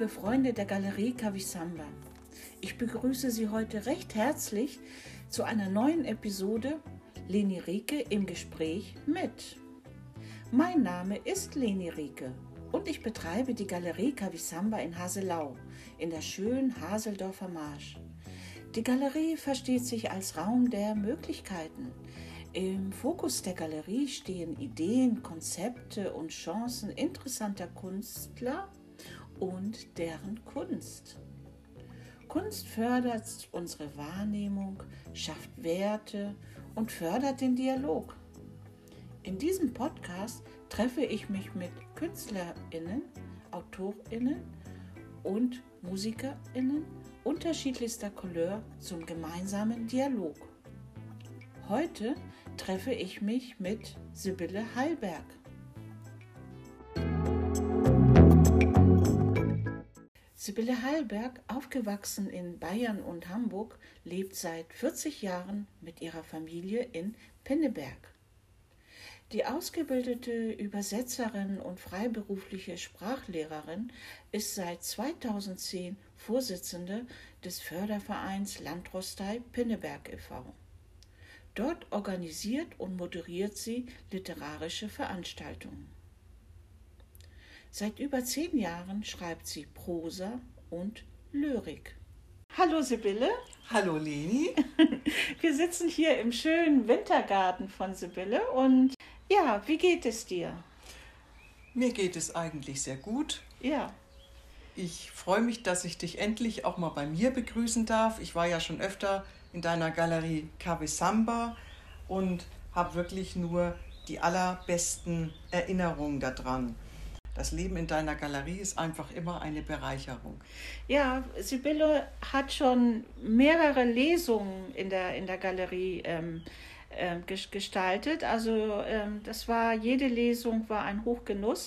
liebe Freunde der Galerie Kavisamba. Ich begrüße Sie heute recht herzlich zu einer neuen Episode Leni Rieke im Gespräch mit. Mein Name ist Leni Rieke und ich betreibe die Galerie Kavisamba in Haselau, in der schönen Haseldorfer Marsch. Die Galerie versteht sich als Raum der Möglichkeiten. Im Fokus der Galerie stehen Ideen, Konzepte und Chancen interessanter Künstler und deren Kunst. Kunst fördert unsere Wahrnehmung, schafft Werte und fördert den Dialog. In diesem Podcast treffe ich mich mit KünstlerInnen, AutorInnen und MusikerInnen unterschiedlichster Couleur zum gemeinsamen Dialog. Heute treffe ich mich mit Sibylle Heilberg. Sibylle Heilberg, aufgewachsen in Bayern und Hamburg, lebt seit 40 Jahren mit ihrer Familie in Pinneberg. Die ausgebildete Übersetzerin und freiberufliche Sprachlehrerin ist seit 2010 Vorsitzende des Fördervereins Landrostei Pinneberg e.V. Dort organisiert und moderiert sie literarische Veranstaltungen. Seit über 10 Jahren schreibt sie Prosa und Lyrik. Hallo Sibylle. Hallo Leni. Wir sitzen hier im schönen Wintergarten von Sibylle und ja, wie geht es dir? Mir geht es eigentlich sehr gut. Ja. Ich freue mich, dass ich dich endlich auch mal bei mir begrüßen darf. Ich war ja schon öfter in deiner Galerie Kavisamba und habe wirklich nur die allerbesten Erinnerungen daran. Das Leben in deiner Galerie ist einfach immer eine Bereicherung. Ja, Sibylle hat schon mehrere Lesungen in der Galerie gestaltet. Also jede Lesung war ein Hochgenuss.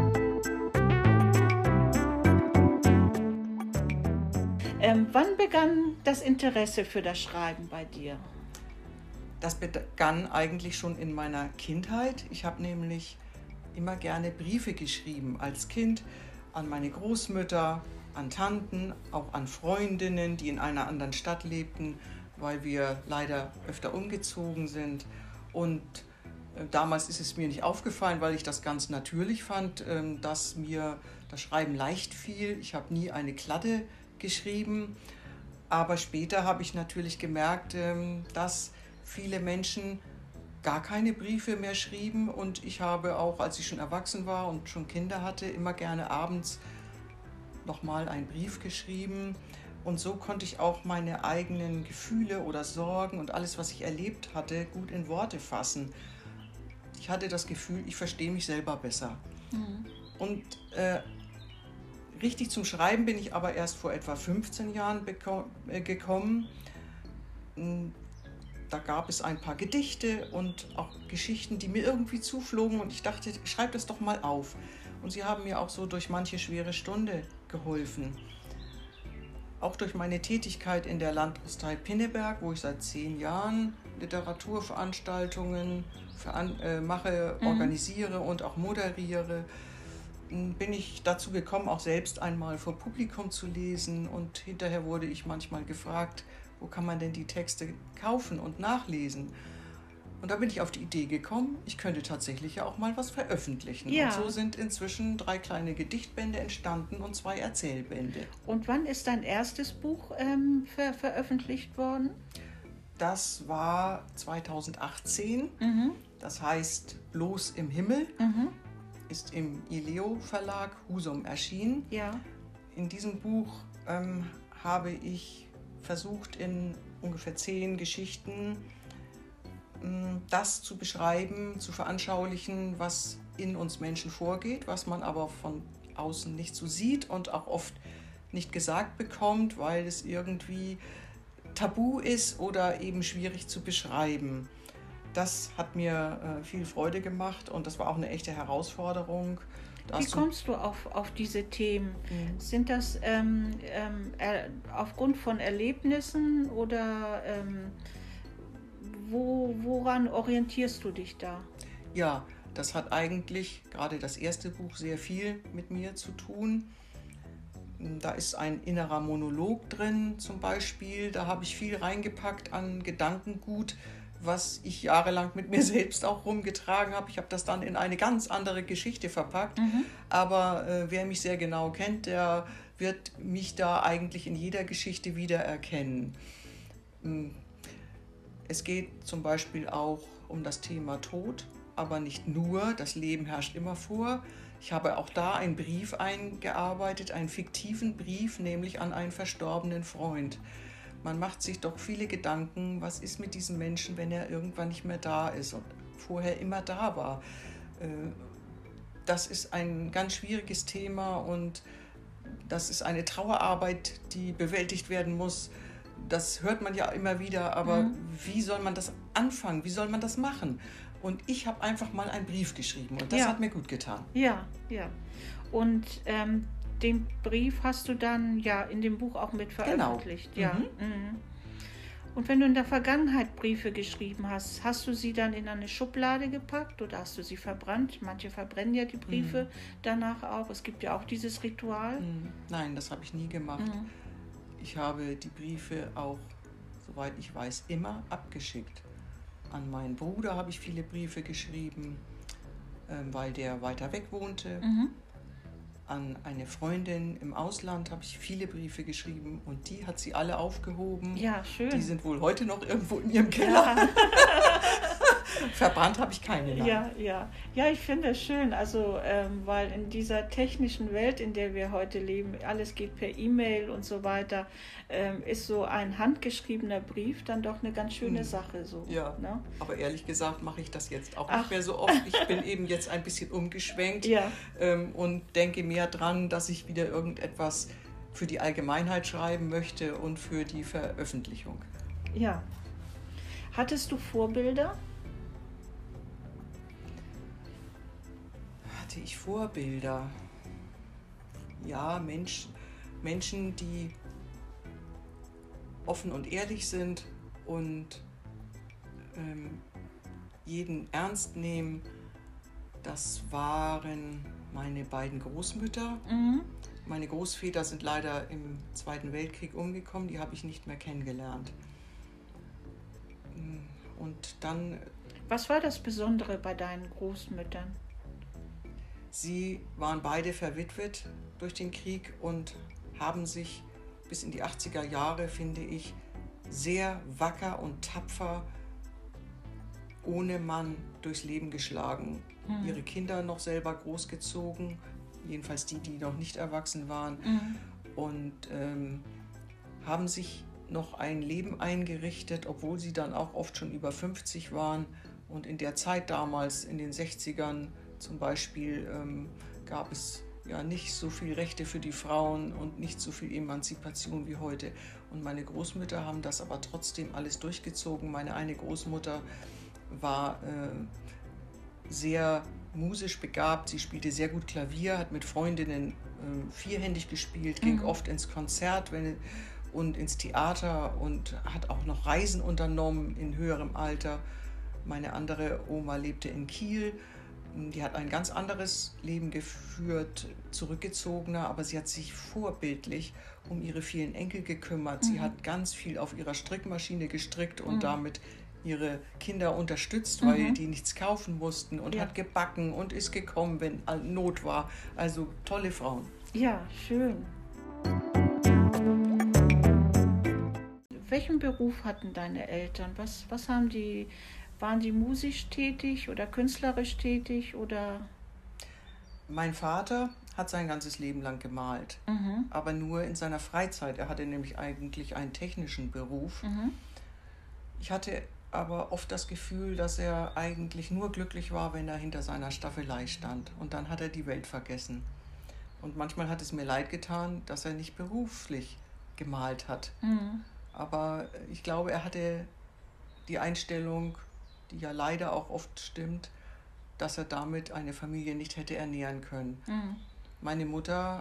Wann begann das Interesse für das Schreiben bei dir? Das begann eigentlich schon in meiner Kindheit. Ich habe nämlich immer gerne Briefe geschrieben als Kind an meine Großmütter, an Tanten, auch an Freundinnen, die in einer anderen Stadt lebten, weil wir leider öfter umgezogen sind. Und damals ist es mir nicht aufgefallen, weil ich das ganz natürlich fand, dass mir das Schreiben leicht fiel. Ich habe nie eine Kladde geschrieben, aber später habe ich natürlich gemerkt, dass viele Menschen gar keine Briefe mehr schrieben und ich habe auch, als ich schon erwachsen war und schon Kinder hatte, immer gerne abends nochmal einen Brief geschrieben und so konnte ich auch meine eigenen Gefühle oder Sorgen und alles, was ich erlebt hatte, gut in Worte fassen. Ich hatte das Gefühl, ich verstehe mich selber besser. Mhm. Und richtig zum Schreiben bin ich aber erst vor etwa 15 Jahren gekommen. Da gab es ein paar Gedichte und auch Geschichten, die mir irgendwie zuflogen und ich dachte, schreib das doch mal auf. Und sie haben mir auch so durch manche schwere Stunde geholfen. Auch durch meine Tätigkeit in der Landrostei Pinneberg, wo ich seit 10 Jahren Literaturveranstaltungen mache, organisiere und auch moderiere, bin ich dazu gekommen, auch selbst einmal vor Publikum zu lesen und hinterher wurde ich manchmal gefragt, wo kann man denn die Texte kaufen und nachlesen? Und da bin ich auf die Idee gekommen, ich könnte tatsächlich ja auch mal was veröffentlichen. Ja. Und so sind inzwischen 3 kleine Gedichtbände entstanden und 2 Erzählbände. Und wann ist dein erstes Buch veröffentlicht worden? Das war 2018. Mhm. Das heißt Bloß im Himmel. Mhm. Ist im ILEO Verlag Husum erschienen. Ja. In diesem Buch habe ich versucht, in ungefähr 10 Geschichten das zu beschreiben, zu veranschaulichen, was in uns Menschen vorgeht, was man aber von außen nicht so sieht und auch oft nicht gesagt bekommt, weil es irgendwie tabu ist oder eben schwierig zu beschreiben. Das hat mir viel Freude gemacht und das war auch eine echte Herausforderung. Wie kommst du auf diese Themen? Mhm. Sind das aufgrund von Erlebnissen oder woran orientierst du dich da? Ja, das hat eigentlich gerade das erste Buch sehr viel mit mir zu tun. Da ist ein innerer Monolog drin zum Beispiel. Da habe ich viel reingepackt an Gedankengut, was ich jahrelang mit mir selbst auch rumgetragen habe. Ich habe das dann in eine ganz andere Geschichte verpackt. Aber wer mich sehr genau kennt, der wird mich da eigentlich in jeder Geschichte wiedererkennen. Es geht zum Beispiel auch um das Thema Tod, aber nicht nur. Das Leben herrscht immer vor. Ich habe auch da einen Brief eingearbeitet, einen fiktiven Brief, nämlich an einen verstorbenen Freund. Man macht sich doch viele Gedanken, was ist mit diesem Menschen, wenn er irgendwann nicht mehr da ist und vorher immer da war. Das ist ein ganz schwieriges Thema und das ist eine Trauerarbeit, die bewältigt werden muss. Das hört man ja immer wieder, aber wie soll man das anfangen? Wie soll man das machen? Und ich habe einfach mal einen Brief geschrieben und das hat mir gut getan. Ja. Und den Brief hast du dann ja in dem Buch auch mit veröffentlicht. Genau. Ja. Und wenn du in der Vergangenheit Briefe geschrieben hast, hast du sie dann in eine Schublade gepackt oder hast du sie verbrannt? Manche verbrennen ja die Briefe danach auch. Es gibt ja auch dieses Ritual. Nein, das habe ich nie gemacht. Ich habe die Briefe auch, soweit ich weiß, immer abgeschickt. An meinen Bruder habe ich viele Briefe geschrieben, weil der weiter weg wohnte. An eine Freundin im Ausland habe ich viele Briefe geschrieben und die hat sie alle aufgehoben. Ja, schön. Die sind wohl heute noch irgendwo in ihrem Keller. Ja. Verbrannt habe ich keine. Nein. Ja, ich finde es schön, also weil in dieser technischen Welt, in der wir heute leben, alles geht per E-Mail und so weiter, ist so ein handgeschriebener Brief dann doch eine ganz schöne Sache. So, ja, ne? Aber ehrlich gesagt mache ich das jetzt auch nicht mehr so oft. Ich bin eben jetzt ein bisschen umgeschwenkt und denke mehr dran, dass ich wieder irgendetwas für die Allgemeinheit schreiben möchte und für die Veröffentlichung. Ja. Hattest du Vorbilder? Hatte ich Vorbilder? Ja, Menschen, die offen und ehrlich sind und jeden ernst nehmen. Das waren meine beiden Großmütter. Meine Großväter sind leider im Zweiten Weltkrieg umgekommen, die habe ich nicht mehr kennengelernt. Und dann... Was war das Besondere bei deinen Großmüttern? Sie waren beide verwitwet durch den Krieg und haben sich bis in die 80er Jahre, finde ich, sehr wacker und tapfer ohne Mann durchs Leben geschlagen. Ihre Kinder noch selber großgezogen, jedenfalls die noch nicht erwachsen waren, und haben sich noch ein Leben eingerichtet, obwohl sie dann auch oft schon über 50 waren. Und in der Zeit damals, in den 60ern zum Beispiel, gab es ja nicht so viel Rechte für die Frauen und nicht so viel Emanzipation wie heute. Und meine Großmütter haben das aber trotzdem alles durchgezogen. Meine eine Großmutter war sehr musisch begabt. Sie spielte sehr gut Klavier, hat mit Freundinnen vierhändig gespielt, ging oft ins Konzert und ins Theater und hat auch noch Reisen unternommen in höherem Alter. Meine andere Oma lebte in Kiel. Die hat ein ganz anderes Leben geführt, zurückgezogener, aber sie hat sich vorbildlich um ihre vielen Enkel gekümmert. Sie hat ganz viel auf ihrer Strickmaschine gestrickt und damit ihre Kinder unterstützt, weil die nichts kaufen mussten, und hat gebacken und ist gekommen, wenn Not war. Also tolle Frauen. Ja, schön. Welchen Beruf hatten deine Eltern? Was haben die? Waren die musisch tätig oder künstlerisch tätig oder? Mein Vater hat sein ganzes Leben lang gemalt, aber nur in seiner Freizeit. Er hatte nämlich eigentlich einen technischen Beruf. Ich hatte aber oft das Gefühl, dass er eigentlich nur glücklich war, wenn er hinter seiner Staffelei stand. Und dann hat er die Welt vergessen. Und manchmal hat es mir leid getan, dass er nicht beruflich gemalt hat. Aber ich glaube, er hatte die Einstellung, die ja leider auch oft stimmt, dass er damit eine Familie nicht hätte ernähren können. Meine Mutter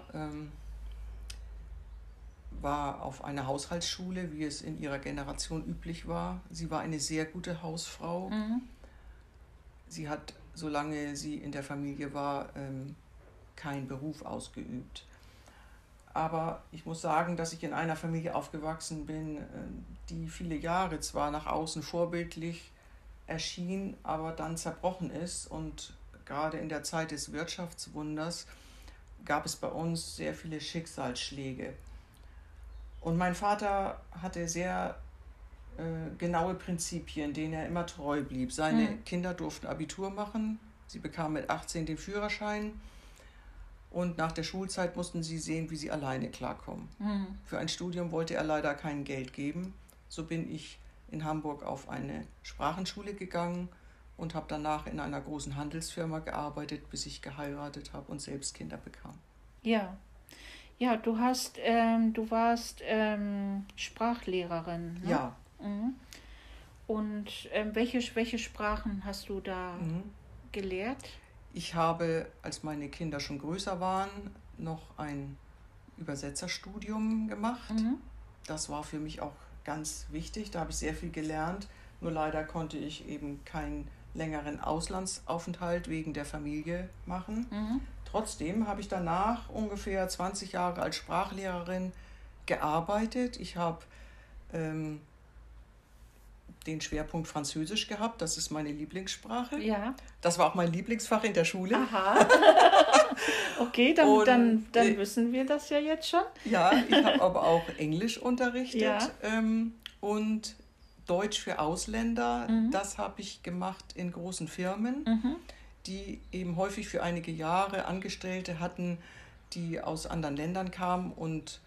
war auf einer Haushaltsschule, wie es in ihrer Generation üblich war. Sie war eine sehr gute Hausfrau. Sie hat, solange sie in der Familie war, keinen Beruf ausgeübt. Aber ich muss sagen, dass ich in einer Familie aufgewachsen bin, die viele Jahre zwar nach außen vorbildlich erschien, aber dann zerbrochen ist. Und gerade in der Zeit des Wirtschaftswunders gab es bei uns sehr viele Schicksalsschläge. Und mein Vater hatte sehr genaue Prinzipien, denen er immer treu blieb. Seine Kinder durften Abitur machen, sie bekamen mit 18 den Führerschein und nach der Schulzeit mussten sie sehen, wie sie alleine klarkommen. Für ein Studium wollte er leider kein Geld geben. So bin ich in Hamburg auf eine Sprachenschule gegangen und habe danach in einer großen Handelsfirma gearbeitet, bis ich geheiratet habe und selbst Kinder bekam. Ja, ja, du warst Sprachlehrerin, ne? Ja. Und welche Sprachen hast du da gelehrt? Ich habe, als meine Kinder schon größer waren, noch ein Übersetzerstudium gemacht. Das war für mich auch ganz wichtig. Da habe ich sehr viel gelernt. Nur leider konnte ich eben keinen längeren Auslandsaufenthalt wegen der Familie machen. Trotzdem habe ich danach ungefähr 20 Jahre als Sprachlehrerin gearbeitet. Ich habe den Schwerpunkt Französisch gehabt. Das ist meine Lieblingssprache. Ja. Das war auch mein Lieblingsfach in der Schule. Aha. Okay, dann wissen wir das ja jetzt schon. Ja, ich habe aber auch Englisch unterrichtet. Ja. Und Deutsch für Ausländer. Das habe ich gemacht in großen Firmen, die eben häufig für einige Jahre Angestellte hatten, die aus anderen Ländern kamen und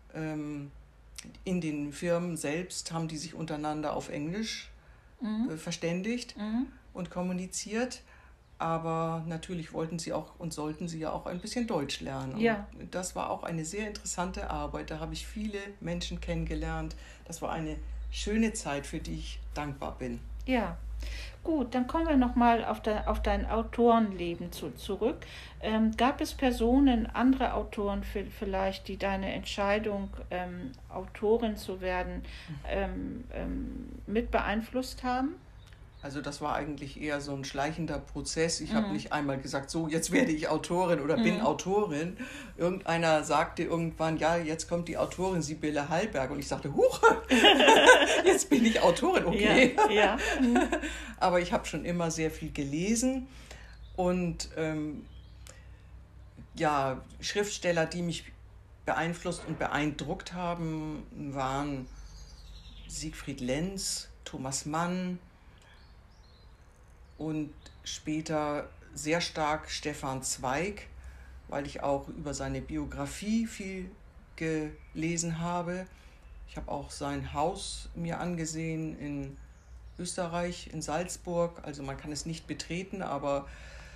in den Firmen selbst haben die sich untereinander auf Englisch verständigt und kommuniziert. Aber natürlich wollten sie auch und sollten sie ja auch ein bisschen Deutsch lernen. Ja. Und das war auch eine sehr interessante Arbeit. Da habe ich viele Menschen kennengelernt. Das war eine schöne Zeit, für die ich dankbar bin. Ja, gut, dann kommen wir nochmal auf dein Autorenleben zurück. Gab es Personen, andere Autoren vielleicht, die deine Entscheidung, Autorin zu werden, mit beeinflusst haben? Also das war eigentlich eher so ein schleichender Prozess. Ich habe nicht einmal gesagt, so jetzt werde ich Autorin oder bin Autorin. Irgendeiner sagte irgendwann, ja, jetzt kommt die Autorin Sibylle Hallberg. Und ich sagte, huch, jetzt bin ich Autorin, okay. Ja. Aber ich habe schon immer sehr viel gelesen. Und Schriftsteller, die mich beeinflusst und beeindruckt haben, waren Siegfried Lenz, Thomas Mann, und später sehr stark Stefan Zweig, weil ich auch über seine Biografie viel gelesen habe. Ich habe auch sein Haus mir angesehen in Österreich, in Salzburg. Also man kann es nicht betreten, aber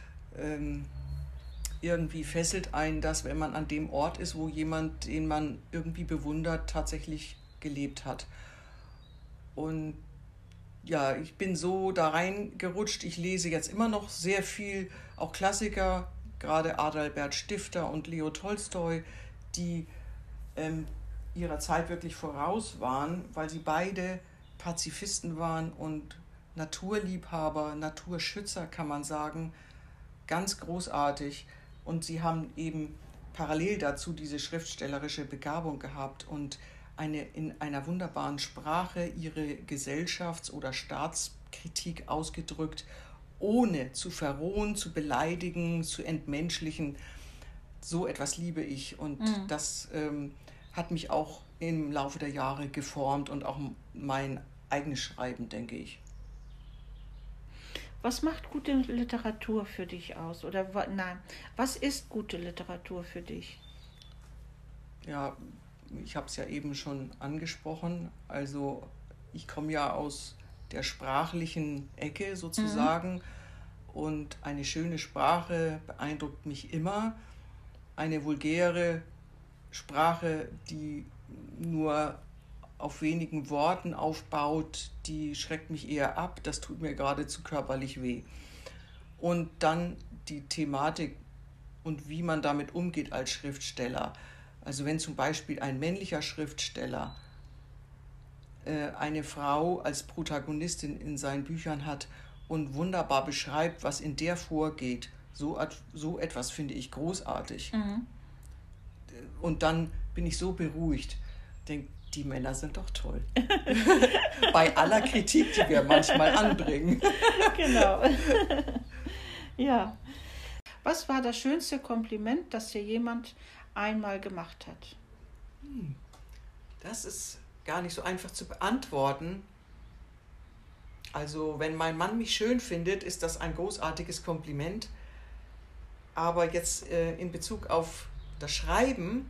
irgendwie fesselt einen das, wenn man an dem Ort ist, wo jemand, den man irgendwie bewundert, tatsächlich gelebt hat. Und ja, ich bin so da reingerutscht. Ich lese jetzt immer noch sehr viel, auch Klassiker, gerade Adalbert Stifter und Leo Tolstoi, die ihrer Zeit wirklich voraus waren, weil sie beide Pazifisten waren und Naturliebhaber, Naturschützer, kann man sagen, ganz großartig. Und sie haben eben parallel dazu diese schriftstellerische Begabung gehabt und in einer wunderbaren Sprache ihre Gesellschafts- oder Staatskritik ausgedrückt, ohne zu verrohen, zu beleidigen, zu entmenschlichen. So etwas liebe ich und das hat mich auch im Laufe der Jahre geformt und auch mein eigenes Schreiben, denke ich. Was macht gute Literatur für dich aus? Oder was ist gute Literatur für dich? Ja, ich habe es ja eben schon angesprochen. Also ich komme ja aus der sprachlichen Ecke sozusagen und eine schöne Sprache beeindruckt mich immer. Eine vulgäre Sprache, die nur auf wenigen Worten aufbaut, die schreckt mich eher ab. Das tut mir geradezu körperlich weh. Und dann die Thematik und wie man damit umgeht als Schriftsteller. Also wenn zum Beispiel ein männlicher Schriftsteller eine Frau als Protagonistin in seinen Büchern hat und wunderbar beschreibt, was in der vorgeht, so etwas finde ich großartig. Und dann bin ich so beruhigt. Denke, die Männer sind doch toll. Bei aller Kritik, die wir manchmal anbringen. Genau. Ja. Was war das schönste Kompliment, das dir jemand einmal gemacht hat? Das ist gar nicht so einfach zu beantworten. Also, wenn mein Mann mich schön findet, ist das ein großartiges Kompliment. Aber jetzt in Bezug auf das Schreiben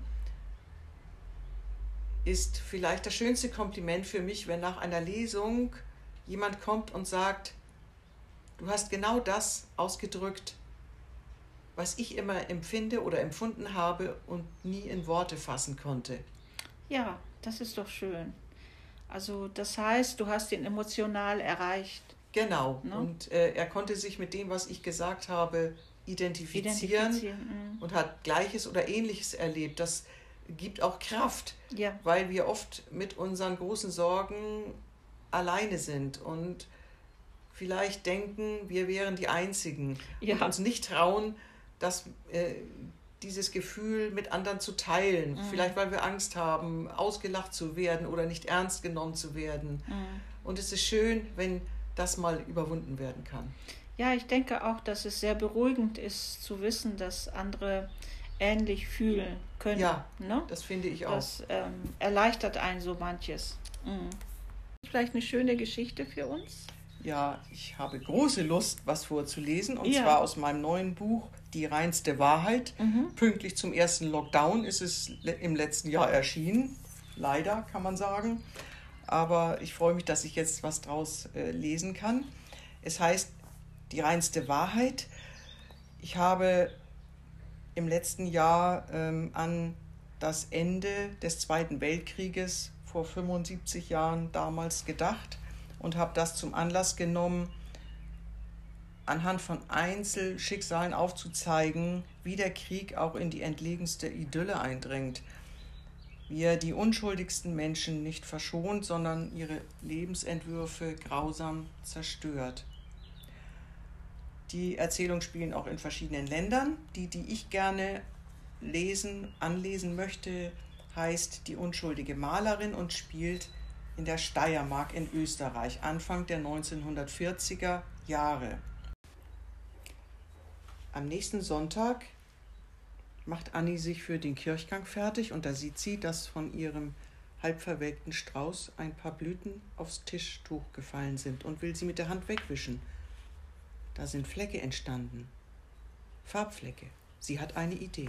ist vielleicht das schönste Kompliment für mich, wenn nach einer Lesung jemand kommt und sagt, du hast genau das ausgedrückt, was ich immer empfinde oder empfunden habe und nie in Worte fassen konnte. Ja, das ist doch schön. Also das heißt, du hast ihn emotional erreicht. Genau. Ne? Und er konnte sich mit dem, was ich gesagt habe, identifizieren. Und hat Gleiches oder Ähnliches erlebt. Das gibt auch Kraft, Ja. weil wir oft mit unseren großen Sorgen alleine sind und vielleicht denken, wir wären die Einzigen Ja. und uns nicht trauen, dieses Gefühl mit anderen zu teilen. Vielleicht, weil wir Angst haben, ausgelacht zu werden oder nicht ernst genommen zu werden. Und es ist schön, wenn das mal überwunden werden kann. Ja, ich denke auch, dass es sehr beruhigend ist, zu wissen, dass andere ähnlich fühlen können. Ja, ne? Das finde ich auch. Das erleichtert einen so manches. Vielleicht eine schöne Geschichte für uns? Ja, ich habe große Lust, was vorzulesen, und Ja. zwar aus meinem neuen Buch Die reinste Wahrheit. Pünktlich zum ersten Lockdown ist es im letzten Jahr erschienen. Leider, kann man sagen. Aber ich freue mich, dass ich jetzt was draus lesen kann. Es heißt Die reinste Wahrheit. Ich habe im letzten Jahr an das Ende des Zweiten Weltkrieges vor 75 Jahren damals gedacht und habe das zum Anlass genommen, anhand von Einzelschicksalen aufzuzeigen, wie der Krieg auch in die entlegenste Idylle eindringt, wie er die unschuldigsten Menschen nicht verschont, sondern ihre Lebensentwürfe grausam zerstört. Die Erzählungen spielen auch in verschiedenen Ländern. Die ich gerne anlesen möchte, heißt Die unschuldige Malerin und spielt in der Steiermark in Österreich, Anfang der 1940er Jahre. Am nächsten Sonntag macht Anni sich für den Kirchgang fertig und da sieht sie, dass von ihrem halb verwelkten Strauß ein paar Blüten aufs Tischtuch gefallen sind und will sie mit der Hand wegwischen. Da sind Flecke entstanden. Farbflecke. Sie hat eine Idee.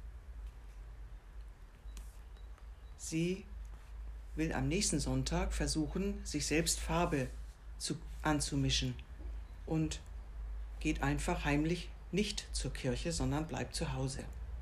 Sie will am nächsten Sonntag versuchen, sich selbst Farbe anzumischen und geht einfach heimlich nicht zur Kirche, sondern bleibt zu Hause.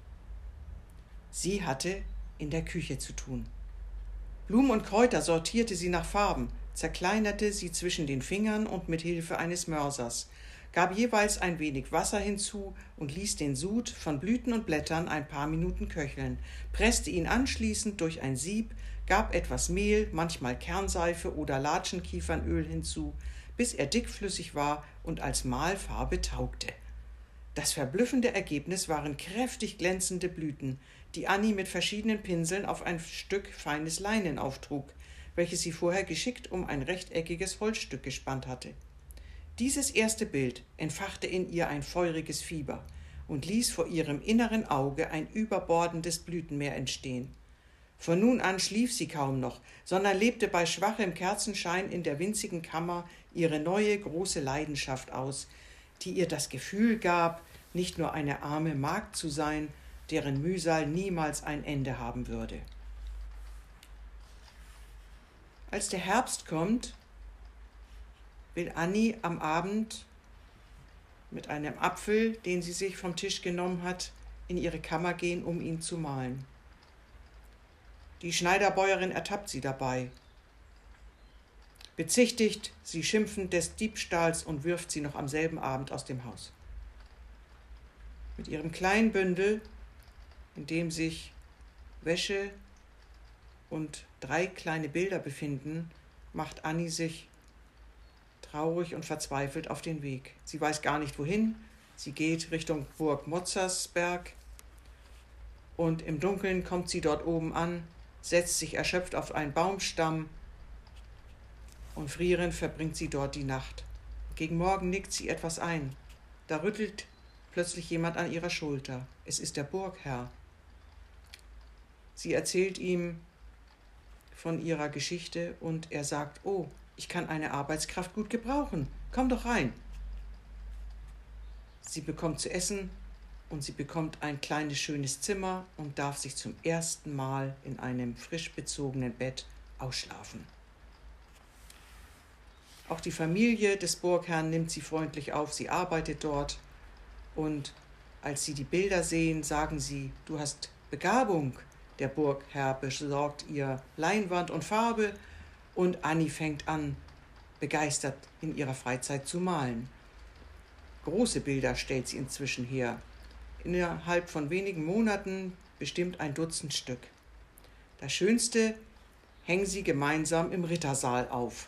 Sie hatte in der Küche zu tun. Blumen und Kräuter sortierte sie nach Farben, zerkleinerte sie zwischen den Fingern und mit Hilfe eines Mörsers, gab jeweils ein wenig Wasser hinzu und ließ den Sud von Blüten und Blättern ein paar Minuten köcheln, presste ihn anschließend durch ein Sieb, gab etwas Mehl, manchmal Kernseife oder Latschenkiefernöl hinzu, bis er dickflüssig war und als Malfarbe taugte. Das verblüffende Ergebnis waren kräftig glänzende Blüten, die Anni mit verschiedenen Pinseln auf ein Stück feines Leinen auftrug, welches sie vorher geschickt um ein rechteckiges Holzstück gespannt hatte. Dieses erste Bild entfachte in ihr ein feuriges Fieber und ließ vor ihrem inneren Auge ein überbordendes Blütenmeer entstehen. Von nun an schlief sie kaum noch, sondern lebte bei schwachem Kerzenschein in der winzigen Kammer ihre neue große Leidenschaft aus, die ihr das Gefühl gab, nicht nur eine arme Magd zu sein, deren Mühsal niemals ein Ende haben würde. Als der Herbst kommt, will Anni am Abend mit einem Apfel, den sie sich vom Tisch genommen hat, in ihre Kammer gehen, um ihn zu malen. Die Schneiderbäuerin ertappt sie dabei, bezichtigt sie schimpfend des Diebstahls und wirft sie noch am selben Abend aus dem Haus. Mit ihrem kleinen Bündel, in dem sich Wäsche und 3 kleine Bilder befinden, macht Anni sich traurig und verzweifelt auf den Weg. Sie weiß gar nicht wohin. Sie geht Richtung Burg Motzersberg Und im Dunkeln kommt sie dort oben an, setzt sich erschöpft auf einen Baumstamm und frierend verbringt sie dort die Nacht. Gegen Morgen nickt sie etwas ein. Da rüttelt plötzlich jemand an ihrer Schulter. Es ist der Burgherr. Sie erzählt ihm von ihrer Geschichte und er sagt, oh, ich kann eine Arbeitskraft gut gebrauchen. Komm doch rein. Sie bekommt zu essen und sie bekommt ein kleines, schönes Zimmer und darf sich zum ersten Mal in einem frisch bezogenen Bett ausschlafen. Auch die Familie des Burgherrn nimmt sie freundlich auf, sie arbeitet dort und als sie die Bilder sehen, sagen sie, du hast Begabung. Der Burgherr besorgt ihr Leinwand und Farbe und Annie fängt an, begeistert in ihrer Freizeit zu malen. Große Bilder stellt sie inzwischen her. Innerhalb von wenigen Monaten bestimmt ein Dutzend Stück. Das Schönste hängen sie gemeinsam im Rittersaal auf.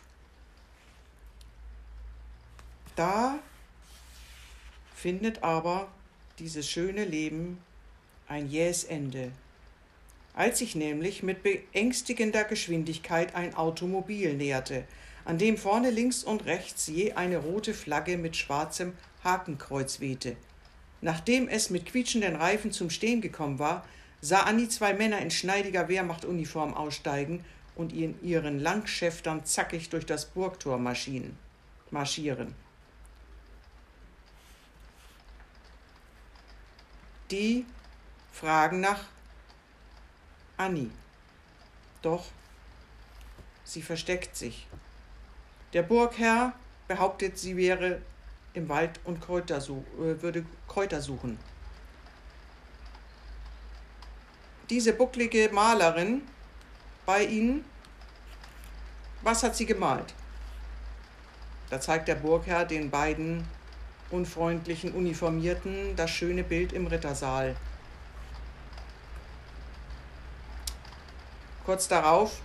Da findet aber dieses schöne Leben ein jähes Ende. Als sich nämlich mit beängstigender Geschwindigkeit ein Automobil näherte, an dem vorne links und rechts je eine rote Flagge mit schwarzem Hakenkreuz wehte. Nachdem es mit quietschenden Reifen zum Stehen gekommen war, sah Annie zwei Männer in schneidiger Wehrmachtuniform aussteigen und in ihren Langschäftern zackig durch das Burgtor marschieren. Die fragen nach Annie. Doch sie versteckt sich. Der Burgherr behauptet, sie wäre im Wald und würde Kräuter suchen. Diese bucklige Malerin bei ihnen, was hat sie gemalt? Da zeigt der Burgherr den beiden unfreundlichen Uniformierten das schöne Bild im Rittersaal. Kurz darauf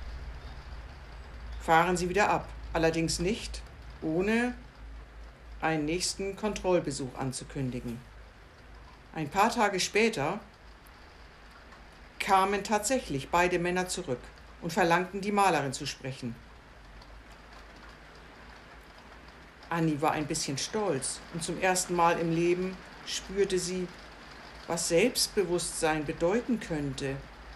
fahren sie wieder ab, allerdings nicht, ohne einen nächsten Kontrollbesuch anzukündigen. Ein paar Tage später kamen tatsächlich beide Männer zurück und verlangten, die Malerin zu sprechen. Annie war ein bisschen stolz und zum ersten Mal im Leben spürte sie, was Selbstbewusstsein bedeuten könnte.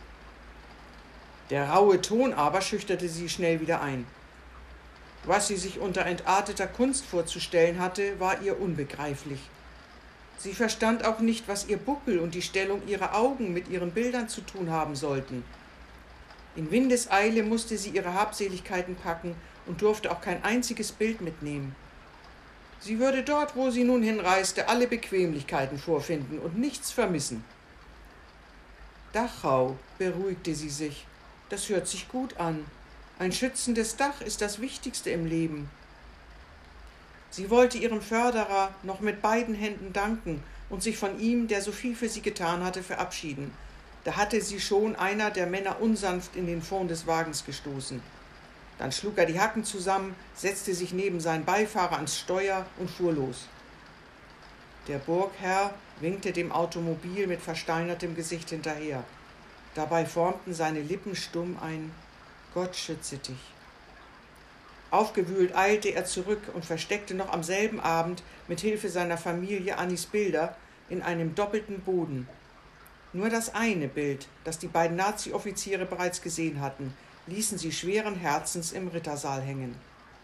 Der raue Ton aber schüchterte sie schnell wieder ein. Was sie sich unter entarteter Kunst vorzustellen hatte, war ihr unbegreiflich. Sie verstand auch nicht, was ihr Buckel und die Stellung ihrer Augen mit ihren Bildern zu tun haben sollten. In Windeseile musste sie ihre Habseligkeiten packen und durfte auch kein einziges Bild mitnehmen. Sie würde dort, wo sie nun hinreiste, alle Bequemlichkeiten vorfinden und nichts vermissen. Dachau, beruhigte sie sich, das hört sich gut an. Ein schützendes Dach ist das Wichtigste im Leben. Sie wollte ihrem Förderer noch mit beiden Händen danken und sich von ihm, der so viel für sie getan hatte, verabschieden. Da hatte sie schon einer der Männer unsanft in den Fond des Wagens gestoßen. Dann schlug er die Hacken zusammen, setzte sich neben seinen Beifahrer ans Steuer und fuhr los. Der Burgherr winkte dem Automobil mit versteinertem Gesicht hinterher. Dabei formten seine Lippen stumm ein »Gott schütze dich«. Aufgewühlt eilte er zurück und versteckte noch am selben Abend mit Hilfe seiner Familie Annies Bilder in einem doppelten Boden. Nur das eine Bild, das die beiden Nazi-Offiziere bereits gesehen hatten, ließen sie schweren Herzens im Rittersaal hängen.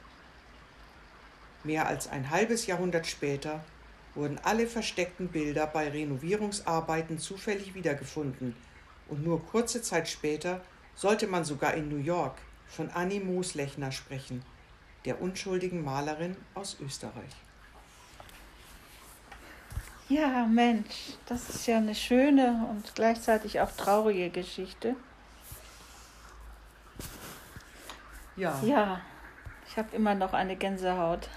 Mehr als ein halbes Jahrhundert später wurden alle versteckten Bilder bei Renovierungsarbeiten zufällig wiedergefunden und nur kurze Zeit später sollte man sogar in New York von Annie Moslechner sprechen, der unschuldigen Malerin aus Österreich. Ja, Mensch, das ist ja eine schöne und gleichzeitig auch traurige Geschichte. Ja, ich habe immer noch eine Gänsehaut.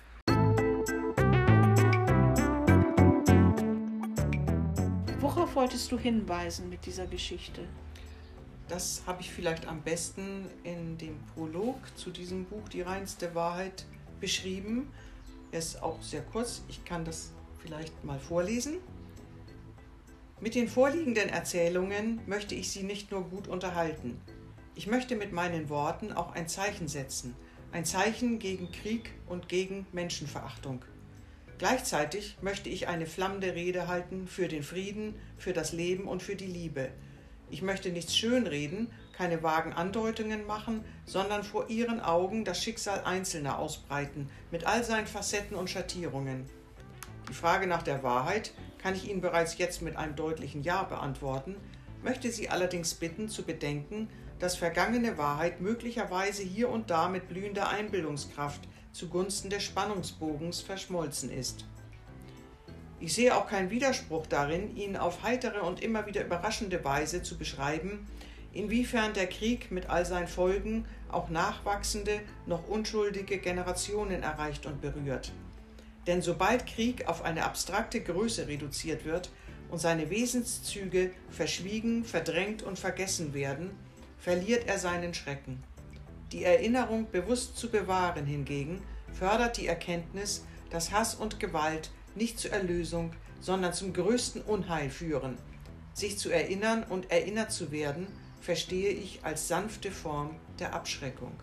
Worauf wolltest du hinweisen mit dieser Geschichte? Das habe ich vielleicht am besten in dem Prolog zu diesem Buch Die reinste Wahrheit beschrieben. Er ist auch sehr kurz, ich kann das vielleicht mal vorlesen. Mit den vorliegenden Erzählungen möchte ich Sie nicht nur gut unterhalten. Ich möchte mit meinen Worten auch ein Zeichen setzen. Ein Zeichen gegen Krieg und gegen Menschenverachtung. Gleichzeitig möchte ich eine flammende Rede halten für den Frieden, für das Leben und für die Liebe. Ich möchte nichts schönreden, keine vagen Andeutungen machen, sondern vor Ihren Augen das Schicksal Einzelner ausbreiten, mit all seinen Facetten und Schattierungen. Die Frage nach der Wahrheit kann ich Ihnen bereits jetzt mit einem deutlichen Ja beantworten, möchte Sie allerdings bitten zu bedenken, dass vergangene Wahrheit möglicherweise hier und da mit blühender Einbildungskraft zugunsten des Spannungsbogens verschmolzen ist. Ich sehe auch keinen Widerspruch darin, Ihnen auf heitere und immer wieder überraschende Weise zu beschreiben, inwiefern der Krieg mit all seinen Folgen auch nachwachsende, noch unschuldige Generationen erreicht und berührt. Denn sobald Krieg auf eine abstrakte Größe reduziert wird und seine Wesenszüge verschwiegen, verdrängt und vergessen werden, verliert er seinen Schrecken. Die Erinnerung bewusst zu bewahren hingegen fördert die Erkenntnis, dass Hass und Gewalt nicht zur Erlösung, sondern zum größten Unheil führen. Sich zu erinnern und erinnert zu werden, verstehe ich als sanfte Form der Abschreckung.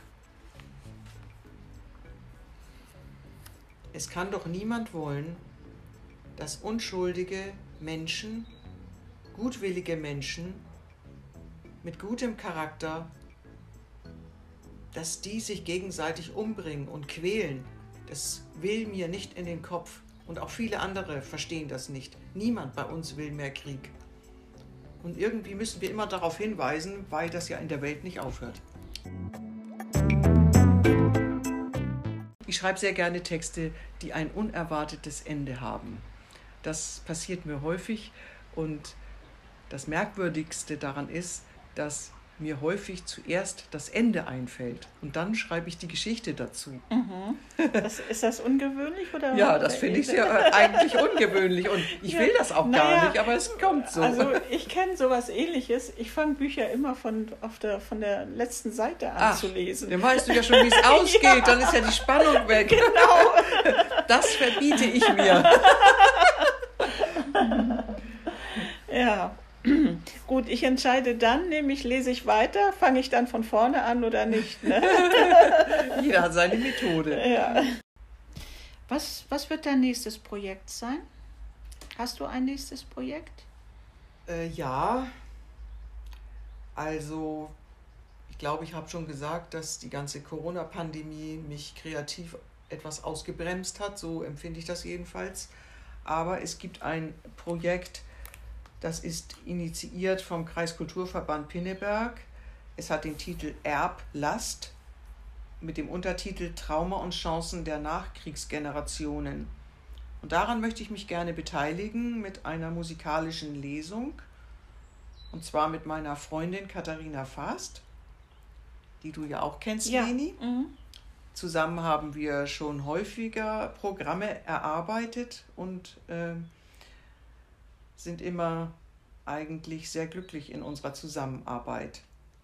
Es kann doch niemand wollen, dass unschuldige Menschen, gutwillige Menschen mit gutem Charakter, dass die sich gegenseitig umbringen und quälen. Das will mir nicht in den Kopf. Und auch viele andere verstehen das nicht. Niemand bei uns will mehr Krieg. Und irgendwie müssen wir immer darauf hinweisen, weil das ja in der Welt nicht aufhört. Ich schreibe sehr gerne Texte, die ein unerwartetes Ende haben. Das passiert mir häufig und das Merkwürdigste daran ist, dass mir häufig zuerst das Ende einfällt und dann schreibe ich die Geschichte dazu. Mhm. Ist das ungewöhnlich? Oder ja, das finde ich ja eigentlich ungewöhnlich und ich will das auch gar nicht, aber es kommt so. Also ich kenne sowas Ähnliches. Ich fange Bücher immer von der letzten Seite an zu lesen. Dann weißt du ja schon, wie es ausgeht, ja. Dann ist ja die Spannung weg. Genau. Das verbiete ich mir. Ja. Gut, ich entscheide dann, nämlich lese ich weiter, fange ich dann von vorne an oder nicht. Ne? Jeder hat seine Methode. Ja. Was wird dein nächstes Projekt sein? Hast du ein nächstes Projekt? Ja, also ich glaube, ich habe schon gesagt, dass die ganze Corona-Pandemie mich kreativ etwas ausgebremst hat, so empfinde ich das jedenfalls. Aber es gibt ein Projekt, das ist initiiert vom Kreiskulturverband Pinneberg. Es hat den Titel Erblast mit dem Untertitel Trauma und Chancen der Nachkriegsgenerationen. Und daran möchte ich mich gerne beteiligen mit einer musikalischen Lesung. Und zwar mit meiner Freundin Katharina Fast, die du ja auch kennst, ja. Leni. Mhm. Zusammen haben wir schon häufiger Programme erarbeitet und sind immer eigentlich sehr glücklich in unserer Zusammenarbeit.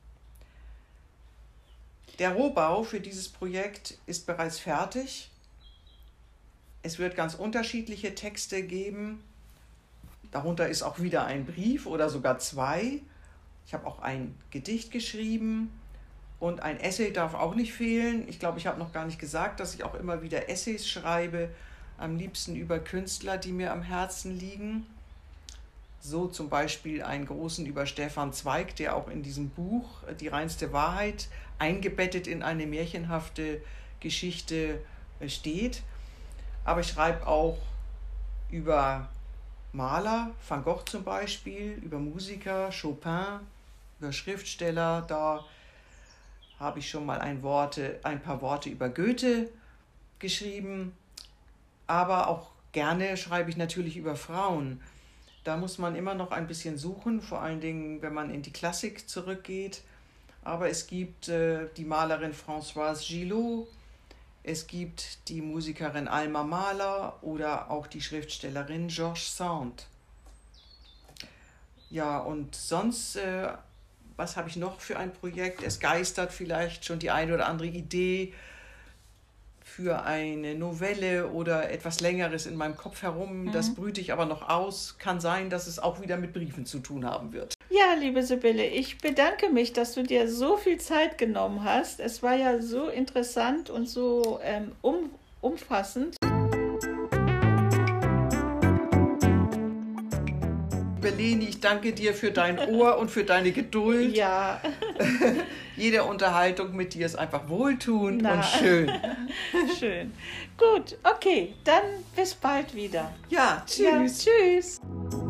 Der Rohbau für dieses Projekt ist bereits fertig. Es wird ganz unterschiedliche Texte geben. Darunter ist auch wieder ein Brief oder sogar zwei. Ich habe auch ein Gedicht geschrieben und ein Essay darf auch nicht fehlen. Ich glaube, ich habe noch gar nicht gesagt, dass ich auch immer wieder Essays schreibe, am liebsten über Künstler, die mir am Herzen liegen. So zum Beispiel einen großen über Stefan Zweig, der auch in diesem Buch Die reinste Wahrheit eingebettet in eine märchenhafte Geschichte steht. Aber ich schreibe auch über Maler, Van Gogh zum Beispiel, über Musiker, Chopin, über Schriftsteller. Da habe ich schon mal ein paar Worte über Goethe geschrieben. Aber auch gerne schreibe ich natürlich über Frauen. Da muss man immer noch ein bisschen suchen, vor allen Dingen, wenn man in die Klassik zurückgeht. Aber es gibt die Malerin Françoise Gillot, es gibt die Musikerin Alma Mahler oder auch die Schriftstellerin Georges Sand. Ja, und sonst, was habe ich noch für ein Projekt? Es geistert vielleicht schon die eine oder andere Idee für eine Novelle oder etwas Längeres in meinem Kopf herum. Das brüte ich aber noch aus. Kann sein, dass es auch wieder mit Briefen zu tun haben wird. Ja, liebe Sibylle, ich bedanke mich, dass du dir so viel Zeit genommen hast. Es war ja so interessant und so umfassend. Liebe Leni, ich danke dir für dein Ohr und für deine Geduld. Ja. Jede Unterhaltung mit dir ist einfach wohltuend und schön. Schön. Gut, okay, dann bis bald wieder. Ja, tschüss. Ja, tschüss.